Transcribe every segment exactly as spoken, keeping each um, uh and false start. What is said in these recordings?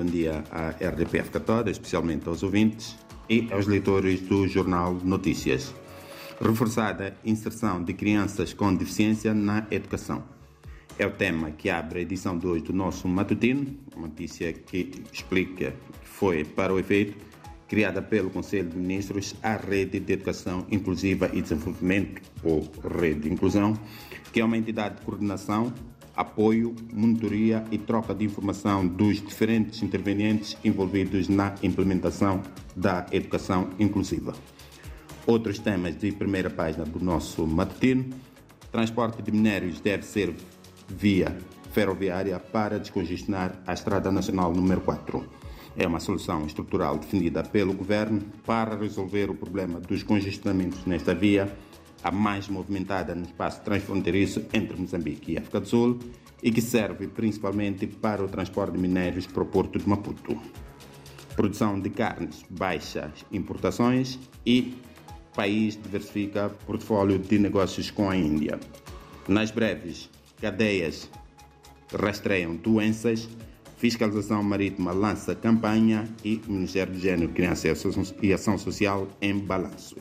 bom dia à R D P F toda, especialmente aos ouvintes e aos leitores do Jornal Notícias. Reforçada inserção de crianças com deficiência na educação. É o tema que abre a edição de hoje do nosso matutino, uma notícia que explica que foi, para o efeito, criada pelo Conselho de Ministros a Rede de Educação Inclusiva e Desenvolvimento, ou Rede de Inclusão, que é uma entidade de coordenação, apoio, monitoria e troca de informação dos diferentes intervenientes envolvidos na implementação da educação inclusiva. Outros temas de primeira página do nosso matutino: transporte de minérios deve ser via ferroviária para descongestionar a Estrada Nacional número quatro. É uma solução estrutural definida pelo Governo para resolver o problema dos congestionamentos nesta via, a mais movimentada no espaço transfronteiriço entre Moçambique e África do Sul e que serve principalmente para o transporte de minérios para o porto de Maputo. Produção de carnes, baixas importações e país diversifica portfólio de negócios com a Índia. Nas breves, cadeias rastreiam doenças, fiscalização marítima lança campanha e o Ministério do Gênero, Criança e Ação Social em balanço.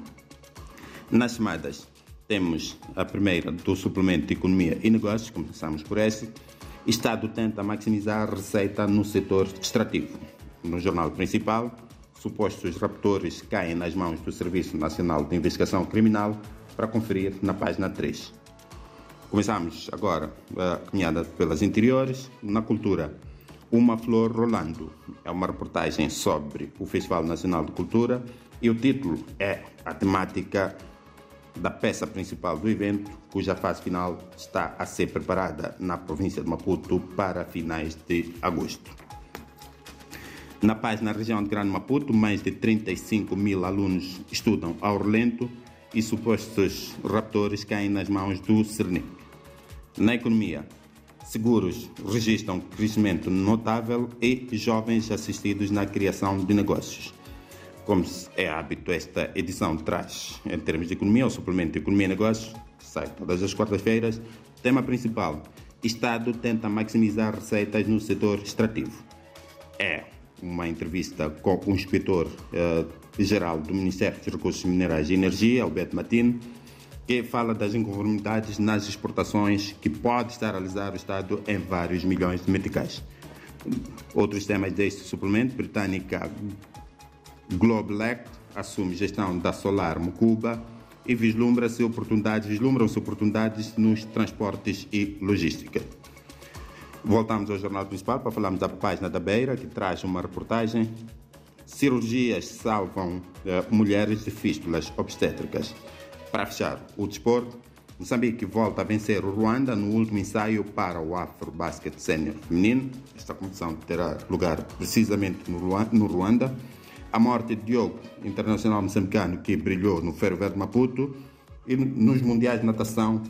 Nas chamadas, temos a primeira do suplemento de Economia e Negócios, começamos por esse. Estado tenta maximizar a receita no setor extrativo. No jornal principal, supostos raptores caem nas mãos do Serviço Nacional de Investigação Criminal, para conferir na página três. Começamos agora a caminhada pelas interiores. Na cultura, Uma Flor Rolando. É uma reportagem sobre o Festival Nacional de Cultura e o título é a temática da peça principal do evento, cuja fase final está a ser preparada na província de Maputo para finais de agosto. Na página região de Grande Maputo, mais de trinta e cinco mil alunos estudam ao relento e supostos raptores caem nas mãos do Cernic. Na economia, seguros registram crescimento notável e jovens assistidos na criação de negócios. Como é hábito, esta edição traz, em termos de economia, o suplemento de Economia e Negócios, que sai todas as quartas-feiras. Tema principal: Estado tenta maximizar receitas no setor extrativo. É uma entrevista com o inspetor-geral uh, do Ministério dos Recursos Minerais e Energia, Alberto Matino, que fala das inconformidades nas exportações que pode estar a realizar o Estado em vários milhões de meticais. Outros temas deste suplemento: britânica Globelect assume gestão da Solar Mucuba e vislumbra-se oportunidades, vislumbram-se oportunidades nos transportes e logística. Voltamos ao jornal principal para falarmos da página da Beira, que traz uma reportagem: cirurgias salvam uh, mulheres de fístulas obstétricas. Para fechar o desporto, Moçambique volta a vencer o Ruanda no último ensaio para o Afrobasket Sénior feminino. Esta competição terá lugar precisamente no Ruanda. A morte de Diogo, internacional moçambicano que brilhou no Ferro Verde Maputo, e nos Mundiais de Natação,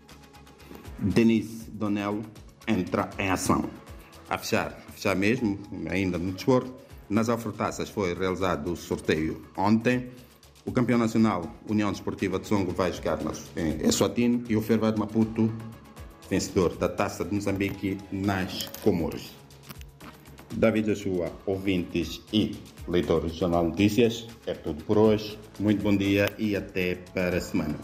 Denise Donello entra em ação. A fechar, a fechar mesmo, ainda no desporto, nas Alfortaças foi realizado o sorteio ontem. O campeão nacional, União Desportiva de Songo, vai jogar em Eswatini e o Ferro Verde Maputo, vencedor da Taça de Moçambique, nas Comoros. David Joshua, ouvintes e leitores do Jornal Notícias, é tudo por hoje. Muito bom dia e até para a semana.